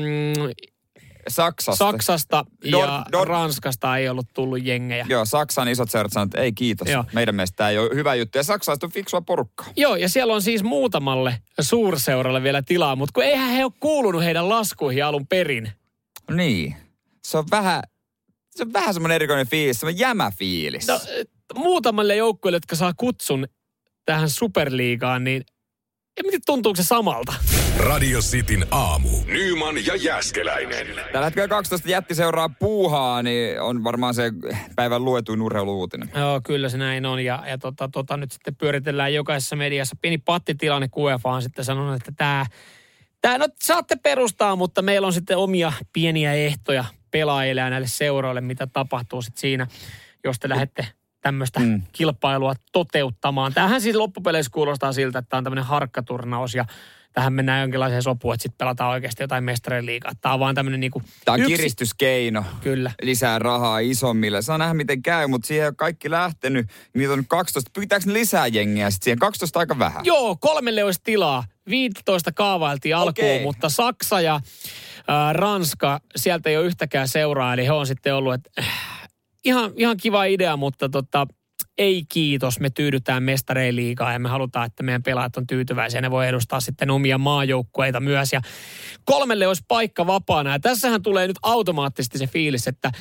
Saksasta ja Ranskasta ei ollut tullut jengejä. Joo, Saksan isot seurat sanoivat, että ei kiitos. Joo. Meidän mielestä tämä ei ole hyvä juttu. Ja saksalaiset on fiksua porukkaa. Joo, ja siellä on siis muutamalle suurseuralle vielä tilaa, mutta kun eihän he ole kuulunut heidän laskuihin alun perin. Niin. Se on vähän semmoinen erikoinen fiilis, semmoinen jämäfiilis. No, muutamalle joukkueelle, jotka saa kutsun tähän Superliigaan, niin miten tuntuuko se samalta? Radio Cityn aamu. Nyman ja Jääskeläinen. Tällä hetkellä 12 jätti seuraa puuhaa, niin on varmaan se päivän luetuin urheilu-uutinen. Joo, kyllä se näin on. Ja nyt sitten pyöritellään jokaisessa mediassa. Pieni pattitilanne, kun UEFA on sitten sanonut, että tämä no saatte perustaa, mutta meillä on sitten omia pieniä ehtoja pelaajille ja näille seuroille, mitä tapahtuu sitten siinä, jos te lähdette tämmöistä kilpailua toteuttamaan. Tämähän siis loppupeleissä kuulostaa siltä, että tämä on tämmöinen harkkaturnaus ja tähän mennään jonkinlaiseen sopuun, että sitten pelataan oikeasti jotain mestarien liigaa. Tämä on vaan tämmöinen niinku tämä on kiristyskeino. Kyllä. Lisää rahaa isommille. Saa nähdä miten käy, mutta siihen on kaikki lähtenyt. Niitä on 12. Pyytääkö ne lisää jengiä sitten siihen? 12 aika vähän. Joo, 3 olisi tilaa. 15 kaavailtiin alkuun, mutta Saksa ja Ranska, sieltä ei ole yhtäkään seuraa. Eli he on sitten ollut, että ihan kiva idea, mutta ei kiitos, me tyydytään mestareen liigaan ja me halutaan, että meidän pelaajat on tyytyväisiä. Ne voi edustaa sitten omia maajoukkueita myös ja 3 olisi paikka vapaana. Ja tässähän tulee nyt automaattisesti se fiilis, että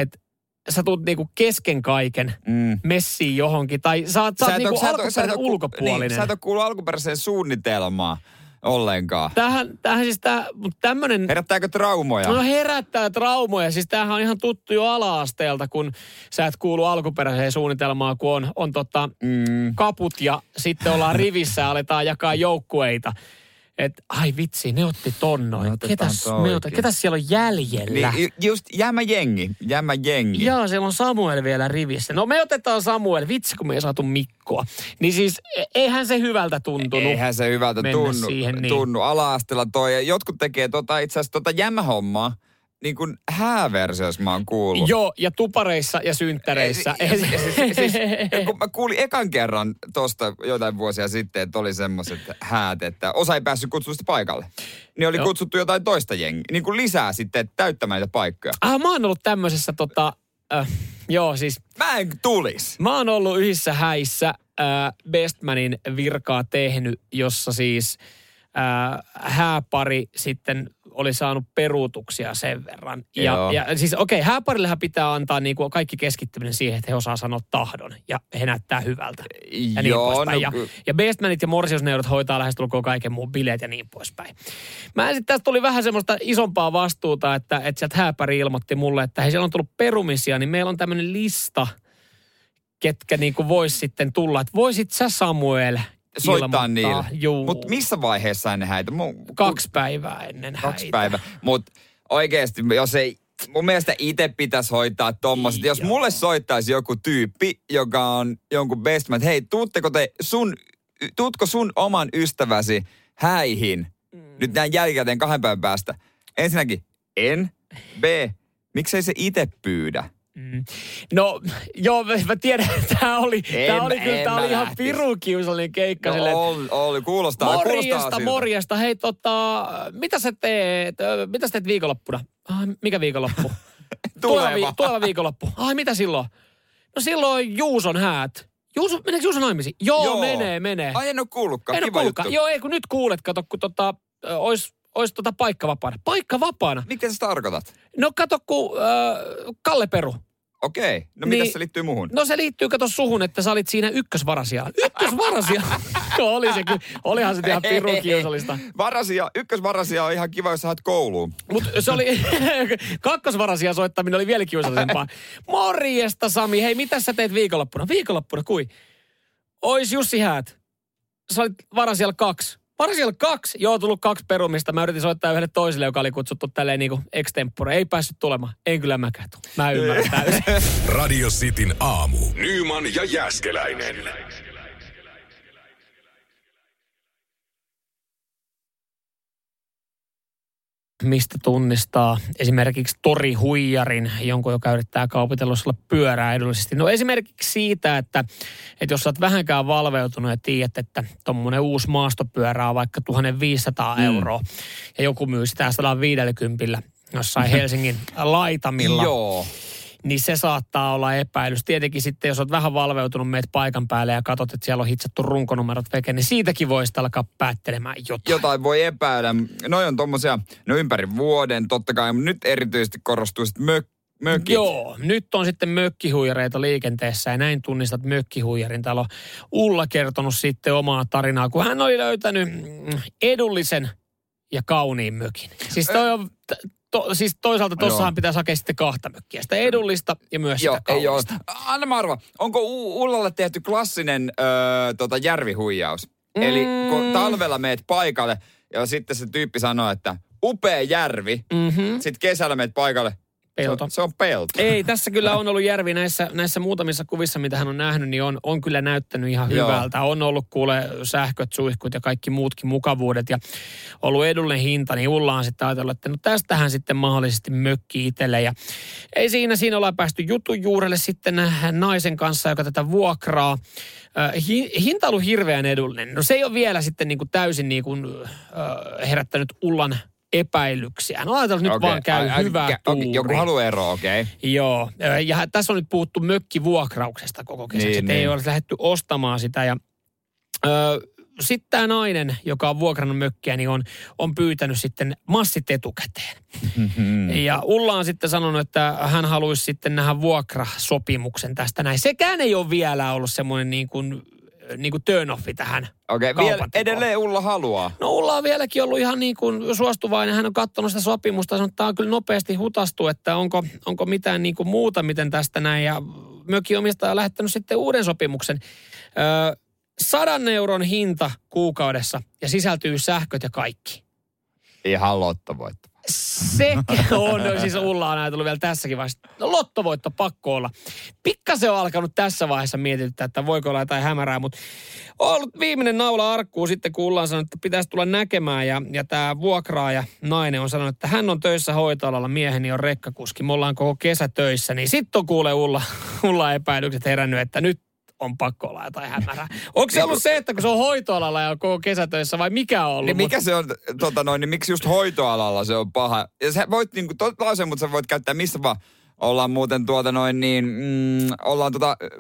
sä tulet niinku kesken kaiken messiin johonkin tai sä oot niinku alkuperäinen ulkopuolinen. Niin, sä et ole kuullut alkuperäiseen suunnitelmaan ollenkaan. Tämähän siis tämmönen... Herättääkö traumoja? No herättää traumoja. Siis tämähän on ihan tuttu jo ala-asteelta, kun sä et kuulu alkuperäiseen suunnitelmaan, kun on kaput ja sitten ollaan rivissä ja aletaan jakaa joukkueita. Että ai vitsi, ne otti tonnoin. Ketäs siellä on jäljellä? Niin, just jämä jengi. Joo, siellä on Samuel vielä rivissä. No me otetaan Samuel, vitsi kun me ei saatu Mikkoa. Niin siis eihän se hyvältä tuntunut. Eihän se hyvältä tunnu. Ala-asteella toi. Ja jotkut tekee itse asiassa jämähommaa. Niin kuin hääversioissa mä oon kuullut. Joo, ja tupareissa ja synttäreissä. Siis, kun mä kuulin ekan kerran tosta jotain vuosia sitten, että oli semmoiset häät, että osa ei päässyt kutsutusta paikalle. Niin oli kutsuttu jotain toista jengiä. Niin kuin lisää sitten täyttämään niitä paikkoja. Mä oon ollut tämmöisessä joo siis. Mä en tulis. Mä oon ollut yhdessä häissä Bestmanin virkaa tehnyt, jossa siis hääpari sitten oli saanut peruutuksia sen verran. Ja siis hääparillehän pitää antaa niinku kaikki keskittyminen siihen, että he osaa sanoa tahdon. Ja he näyttää hyvältä. Ja niin poispäin. Ja Bestmanit ja morsiusneurot hoitaa lähestulkoon kaiken muun bileet ja niin poispäin. Tästä tuli vähän semmoista isompaa vastuuta, että sieltä hääpari ilmoitti mulle, että hei, siellä on tullut perumisia, niin meillä on tämmöinen lista, ketkä niinku vois sitten tulla. Että voisit sä Samuel soittaa niille. Mutta missä vaiheessa ennen häitä? 2 päivää ennen häitä. 2 päivää. Mutta oikeasti, jos ei, mun mielestä itse pitäisi hoitaa tommoset. Jos mulle soittaisi joku tyyppi, joka on jonkun bestman, että hei, tuutko sun oman ystäväsi häihin nyt näin jälkikäteen 2 päivän päästä? Ensinnäkin, en. B, miksei se itse pyydä? No, joo, mä tiedän, tämä oli ihan pirukiusallinen keikka. Oli, kuulostaa Morjesta. Hei, mitä sä teet viikonloppuna? Mikä viikonloppu? Tuleva viikonloppu. Mitä silloin? No silloin Juuson häät. Meneekö Juuso naimisiin? Joo, menee. Ai en ole kuullutkaan, kiva juttu. Joo, ei kun nyt kuulet, kato, kun olisi paikka vapaana. Paikka vapaana. Mitä sä tarkoitat? No kato, kun Kalle Peru. Okei. No mitäs se liittyy muuhun? No se liittyy, kato suhun, että sä olit siinä ykkösvarasialla. No oli se kyllä. Olihan se ihan pirun kiusallista. Ykkösvarasia on ihan kiva, jos sä haet kouluun. Mutta se oli, 2. soittaminen oli vielä kiusallisempaa. Morjesta Sami, hei mitä sä teet viikonloppuna? Viikonloppuna, kui? Ois Jussi häät. Sä olit varasijalla 2. Varasijalla 2? Joo, tullut 2 perumista. Mä yritin soittaa yhdelle toiselle, joka oli kutsuttu tälleen niinku extempore. Ei päässyt tulemaan. En kyllä mäkään tule. Mä ymmärrän täysin. Radio Cityn aamu. Nyman ja Jääskeläinen. mistä tunnistaa esimerkiksi torihuijarin, joka yrittää kaupitella sulla pyörää edullisesti? No esimerkiksi siitä, että jos sä oot vähänkään valveutunut ja tiedät, että tommonen uusi maastopyörä on vaikka 1500 euroa ja joku myy sitä 150 jossain Helsingin laitamilla. Joo. Niin se saattaa olla epäilys. Tietenkin sitten, jos olet vähän valveutunut, meet paikan päälle ja katsot, että siellä on hitsattu runkonumerot veke, niin siitäkin voi sitten alkaa päättelemään jotain. Jotain voi epäillä. Noi on tommosia, ympäri vuoden totta kai, mutta nyt erityisesti korostuu sitten mökit. Joo, nyt on sitten mökkihuijareita liikenteessä ja näin tunnistat mökkihuijarin. Täällä on Ulla kertonut sitten omaa tarinaa, kun hän oli löytänyt edullisen ja kauniin mökin. Siis toi on... Siis toisaalta tossahan pitäisi hakea sitten kahta mökkiä. Sitä edullista ja myös sitä kaunista. Anna mä arva, onko Ullalle tehty klassinen järvihuijaus? Eli kun talvella meet paikalle ja sitten se tyyppi sanoo, että upea järvi. Sitten kesällä meet paikalle. Pelto. Se on pelto. Ei, tässä kyllä on ollut järvi näissä muutamissa kuvissa, mitä hän on nähnyt, niin on kyllä näyttänyt ihan hyvältä. On ollut kuule sähköt, suihkut ja kaikki muutkin mukavuudet ja ollut edullinen hinta, niin Ulla on sitten ajatellut, että no tästähän sitten mahdollisesti mökki itselle. Ja ei siinä ollaan päästy jutun juurelle sitten naisen kanssa, joka tätä vuokraa. Hinta on ollut hirveän edullinen. No se ei ole vielä sitten niin kuin täysin niin kuin, herättänyt Ullan epäilyksiä. No ajatellaan, nyt vaan käy hyvää tuuri. Joku haluaa eroa, okei. Joo, ja tässä on nyt puhuttu mökkivuokrauksesta koko kesäksi. Niin. Ei ole lähdetty ostamaan sitä. Ja sitten tämä nainen, joka on vuokrannut mökkiä, niin on pyytänyt sitten massit etukäteen. Ja Ulla on sitten sanonut, että hän haluaisi sitten nähdä vuokrasopimuksen tästä näin. Sekään ei ole vielä ollut semmoinen niin kuin turn-offi tähän. Okei, vielä edelleen Ulla haluaa. No Ulla on vieläkin ollut ihan niin kuin suostuvainen. Hän on katsonut sitä sopimusta ja sanonut, että tämä on kyllä nopeasti hutastu, että onko mitään niin kuin muuta, miten tästä näin. Ja mökin omistaja on lähettänyt sitten uuden sopimuksen. 100 euron hinta kuukaudessa ja sisältyy sähköt ja kaikki. Ihan lottovoitto. Se on, siis Ulla on ajatellut vielä tässäkin vaiheessa. No lottovoitto pakko olla. Pikkasen on alkanut tässä vaiheessa mietityttää, että voiko olla jotain hämärää, mutta on ollut viimeinen naula arkkuun sitten, kun Ulla on sanonut, että pitäisi tulla näkemään. Ja tämä vuokraaja nainen on sanonut, että hän on töissä hoitoalalla, mieheni on rekkakuski, me ollaan koko kesä töissä. Niin sitten on kuule Ulla epäilykset herännyt, että nyt on pakko olla jotain hämärää. Onko se ollut se, että kun se on hoitoalalla ja on koko kesätöissä vai mikä on ollut? Niin mikä se on, niin miksi just hoitoalalla se on paha? Ja sä voit niinku tollaisen, mutta sä voit käyttää missä vaan. Ollaan muuten ollaan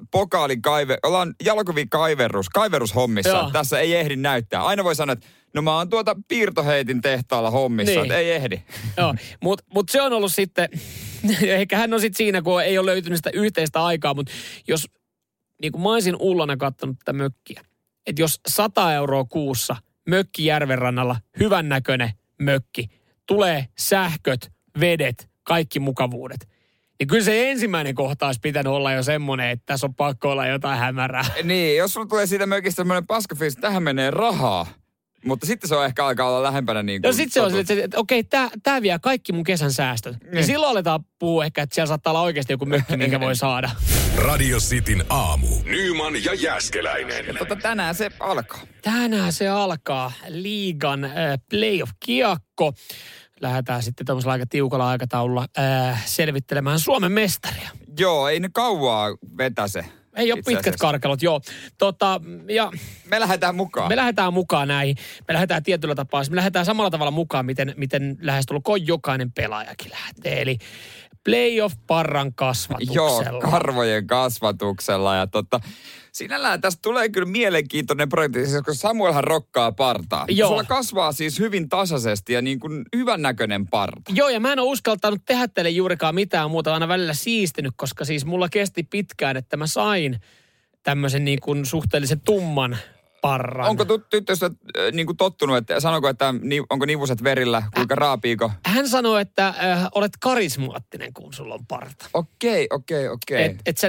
ollaan kaiverushommissa. Joo. Tässä ei ehdi näyttää. Aina voi sanoa, että no mä oon piirtoheitin tehtaalla hommissa, niin. Että ei ehdi. Joo, mut se on ollut sitten, ehkä hän on sitten siinä, kun ei ole löytynyt sitä yhteistä aikaa, mutta jos niin kuin mä olisin Ullana kattonut tätä mökkiä. Että jos 100 euroa kuussa mökki järvenrannalla, hyvännäköinen mökki, tulee sähköt, vedet, kaikki mukavuudet. Niin kyllä se ensimmäinen kohta olisi pitänyt olla jo semmoinen, että tässä on pakko olla jotain hämärää. Niin, jos sulla tulee siitä mökistä semmoinen paskafiilis, että tähän menee rahaa. Mutta sitten se on ehkä alkaa olla lähempänä niin kuin... No sitten se on silleen, että okei, tää vie kaikki mun kesän säästöt. Ja silloin aletaan puhua ehkä, että siellä saattaa olla oikeasti joku mökki, minkä voi saada. Radio Cityn aamu. Nyman ja Jääskeläinen. Ja tänään se alkaa. Tänään se alkaa. Liigan playoff-kiekko. Lähdetään sitten tämmöisellä aika tiukalla aikataululla selvittelemään Suomen mestaria. Joo, ei ne kauaa vetäse. Ei ole pitkät karkelot, joo. Ja me lähdetään mukaan. Me lähdetään mukaan näihin. Me lähdetään tietyllä tapaa. Me lähdetään samalla tavalla mukaan, miten lähestulkoon jokainen pelaajakin lähtee. Eli playoff-parran kasvatuksella. Joo, karvojen kasvatuksella. Ja sinällään tästä tulee kyllä mielenkiintoinen projekti, koska Samuelhan rokkaa partaa. Joo. Sulla kasvaa siis hyvin tasaisesti ja niin kuin hyvän näköinen parta. Joo, ja mä en ole uskaltanut tehdä teille juurikaan mitään muuta, aina välillä siistinyt, koska siis mulla kesti pitkään, että mä sain tämmöisen niin kuin suhteellisen tumman parran. Onko tyttöystä niin kuin tottunut, että sanoiko, että onko nivuset verillä, kuinka raapiiko? Hän sanoi, että olet karismaattinen, kun sulla on parta. Okei. Et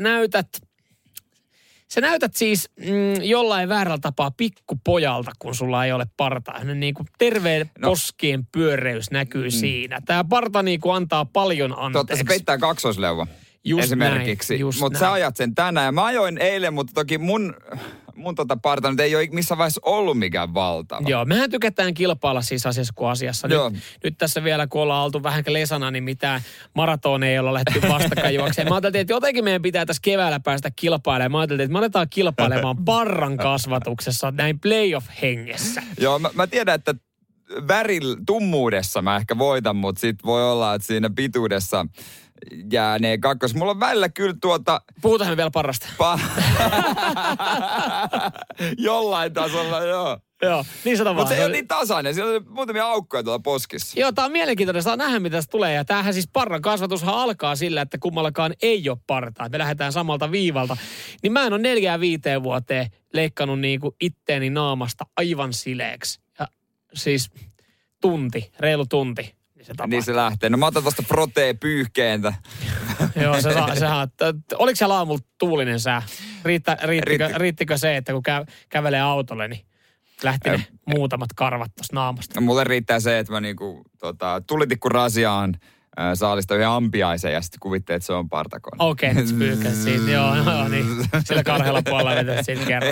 sä näytät siis jollain väärällä tapaa pikkupojalta, kun sulla ei ole partaa. Niin kuin terveen poskien pyöreys näkyy siinä. Tämä parta niin kuin antaa paljon anteeksi. Totta, se peittää kaksoisleuva. Just esimerkiksi. Näin. Mutta sä ajat sen tänään. Mä ajoin eilen, mutta toki mun mun parta nyt ei ole missään vaiheessa ollut mikään valtava. Joo, mehän tykätään kilpailla siis asiassa kuin asiassa. Nyt tässä vielä, kun ollaan oltu vähän lesana, niin mitään maratoneja ei olla lähdetty vastakkain juokseen. Mä ajattelin, että jotenkin meidän pitää tässä keväällä päästä kilpailemaan. Mä ajattelin, että me aletaan kilpailemaan parran kasvatuksessa näin playoff-hengessä. Joo, mä tiedän, että tummuudessa mä ehkä voitan, mutta sit voi olla, että siinä pituudessa jäänee kakkos. Mulla on välillä kyllä Puhutaan vielä parrasta. Jollain tasolla, joo. Joo, niin sano vaan. Mutta se ei ole niin tasainen, siellä on muutamia aukkoja tuolla poskissa. Joo, tää on mielenkiintoinen, saa nähdä mitä se tulee. Ja tämähän siis parran kasvatushan alkaa sillä, että kummallakaan ei ole partaa. Me lähdetään samalta viivalta. Niin mä en ole 4-5 vuoteen leikannut niinku itteeni naamasta aivan sileeksi. Ja siis reilu tunti. Niin se lähtee. No mä otan tosta protee-pyyhkeentä. Joo, oliko siellä aamulla tuulinen sää? Riittikö se, että kun kävelee autolle, niin lähti ne muutamat karvat tuosta naamasta? Mulle riittää se, että mä niinku tulitikku rasiaan saalista yhden ampiaisen ja sitten kuvittelee, että se on partakone. Okei, nyt pyyhkäs siitä. Joo, niin. Sillä karhealla puolella vetäisi siitä kerran.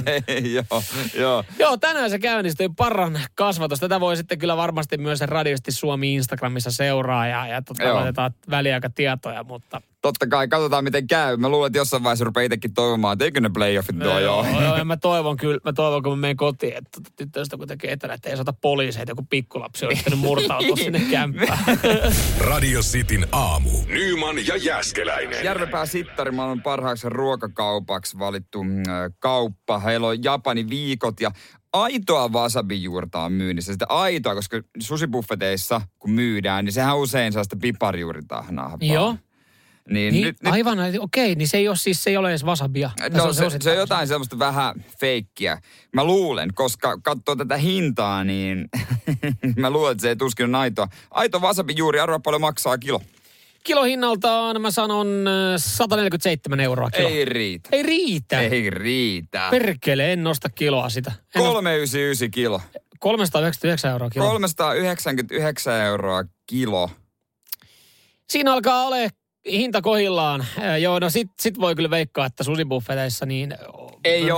Joo. Joo, tänään se käynnistyy parran kasvatus. Tätä voi sitten kyllä varmasti myös Radiosti Suomi Instagramissa seuraa ja laitetaan väliaikatietoja, mutta... Totta kai, katsotaan miten käy. Mä luulen, että jossain vaiheessa rupeaa itsekin toivomaan, että eikö ne playoffit tuo joo. Joo, ja mä toivon, kun mä menen kotiin, että tyttöistä kun tekee etänä, että ei saata poliiseita, joku pikkulapsi on yrittänyt murtautua sinne kämppään. Radio Cityn aamu. Nyman ja Jääskeläinen. Järvenpää Sittari, maailman parhaaksi ruokakaupaksi valittu kauppa. Heillä on Japani viikot ja aitoa wasabijuurta on myynnissä. Sitä aitoa, koska susibuffeteissa kun myydään, niin sehän usein saa sitä piparijuuritahnaa. Joo. Niin, nyt, aivan, okei, niin se ei ole edes wasabia. No se on jotain semmoista vähän feikkiä. Mä luulen, koska katsoo tätä hintaa, niin mä luulen, että se ei tuskin on aitoa. Aito wasabijuuri, arvoa paljon maksaa kilo. Kilohinnaltaan mä sanon 147 euroa kilo. Ei riitä. Ei riitä. Perkele, en nosta kiloa sitä. 399 kilo. 399 euroa kilo. 399 euroa kilo. Siinä alkaa ole hinta kohillaan. Joo, no sit voi kyllä veikkaa, että susibuffeteissa niin ei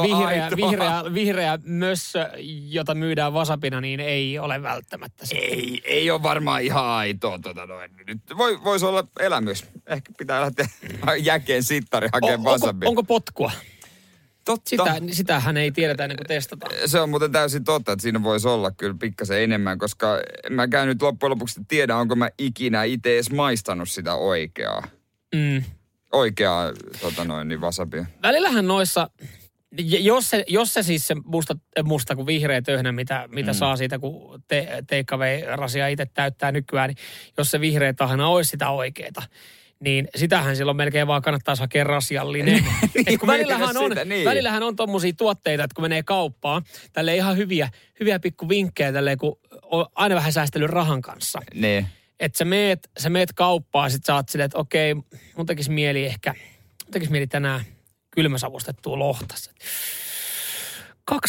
vihreä mössö, jota myydään wasabina, niin ei ole välttämättä. Ei ole varmaan ihan aitoa. Nyt voisi olla elämys. Ehkä pitää lähteä jäkeen Sittari hakemaan wasabia. Onko potkua? Totta. Sitähän ei tiedetä ennen kuin testataan. Se on muuten täysin totta, että siinä voisi olla kyllä pikkasen enemmän, koska mä käyn nyt loppujen lopuksi tiedä, onko mä ikinä itse edes maistanut sitä oikeaa. Oikeaa niin wasabia. Välillähän noissa, jos se siis se musta kuin vihreä töhnä, mitä saa siitä, kun takeaway-rasia itse täyttää nykyään, niin jos se vihreä tahna olisi sitä oikeeta, niin sitähän silloin melkein vaan kannattaisi hakea rasiallinen. Välillähän on tommosia tuotteita, että kun menee kauppaan, tälle ihan hyviä pikku vinkkejä, tälleen, kun on aina vähän säästellyt rahan kanssa. Niin. Että sä meet kauppaan, sit sä oot silleen, että okei, mun tekisi mieli tänään kylmäsavustettua lohta. 24,90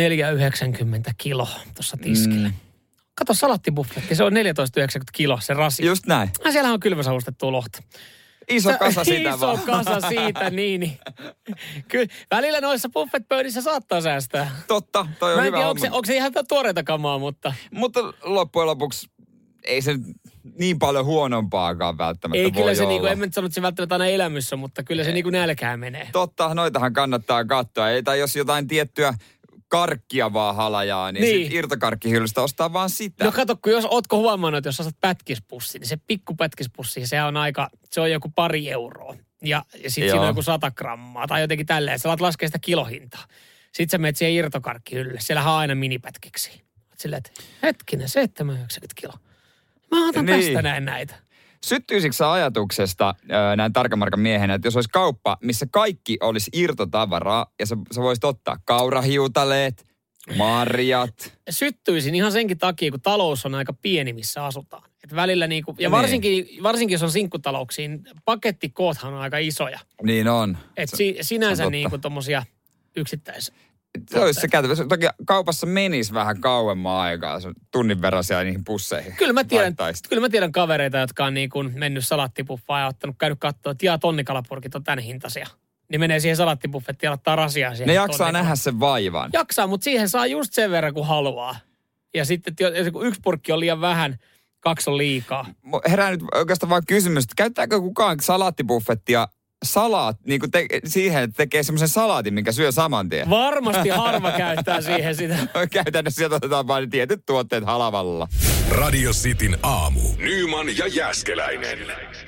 kilo tuossa tiskillä. Kato salattibuffetti, se on 14,90 kilo se rasia. Just näin. Siellähän on kylmäsavustettua lohta. Iso kasa siitä vaan. Iso kasa siitä, niin. Kyllä, välillä noissa buffet-pöydissä saattaa säästää. Totta, toi on hyvä homma. Onko se ihan tuoreita kamaa, mutta... Mutta loppujen lopuksi ei se niin paljon huonompaakaan välttämättä ei, voi kyllä se olla. niinku, en mä nyt sano, että se välttämättä aina elämyssä, mutta kyllä se niinku nälkään menee. Totta, noitahan kannattaa katsoa. Tai jos jotain tiettyä karkkia vaan halajaa, niin. Sit irtokarkkihyllystä ostaa vaan sitä. No kato, ootko huomannut, että jos ostat pätkispussi, niin se pikku pätkispussi, se on joku 2 euroa. Ja sitten siinä on joku 100 grammaa tai jotenkin tälleen. Sä alat laskea sitä kilohintaa. Sitten sä menet siihen irtokarkkihyllylle. Siellähän on aina minipätkiksi. Silleen, että hetkinen, 790 kiloa. Mä otan tästä näitä. Syttyisikö sä ajatuksesta näin tarkamarkan miehenä, että jos olisi kauppa, missä kaikki olisi irtotavaraa ja sä voisit ottaa kaurahiutaleet, marjat? Syttyisin ihan senkin takia, kun talous on aika pieni, missä asutaan. Et välillä niinku, ja varsinkin jos on sinkkutalouksiin, pakettikoothan on aika isoja. Niin on. Et sinänsä niinku tommosia yksittäisiä. Se olisi se kätevä. Toki kaupassa menisi vähän kauemman aikaa tunnin verran siellä niihin pusseihin. Kyllä mä tiedän kavereita, jotka on niin kuin mennyt salattipuffaan ja käynyt katsoa, että tonnikalapurkit on tän hintaisia. niin menee siihen salattibuffettiin ja laittaa rasiaan siihen. Ne jaksaa nähdä sen vaivan. Jaksaa, mutta siihen saa just sen verran kuin haluaa. Ja sitten kun 1 purkki on liian vähän, 2 on liikaa. Herää nyt oikeastaan vaan kysymys, että käyttääkö kukaan salaattibuffettia niin kuin siihen, että tekee semmoisen salaatin, minkä syö saman tien? Varmasti harva käyttää siihen sitä. Käytännössä sieltä otetaan vain tietyt tuotteet halavalla. Radio Cityn aamu. Nyman ja Jääskeläinen.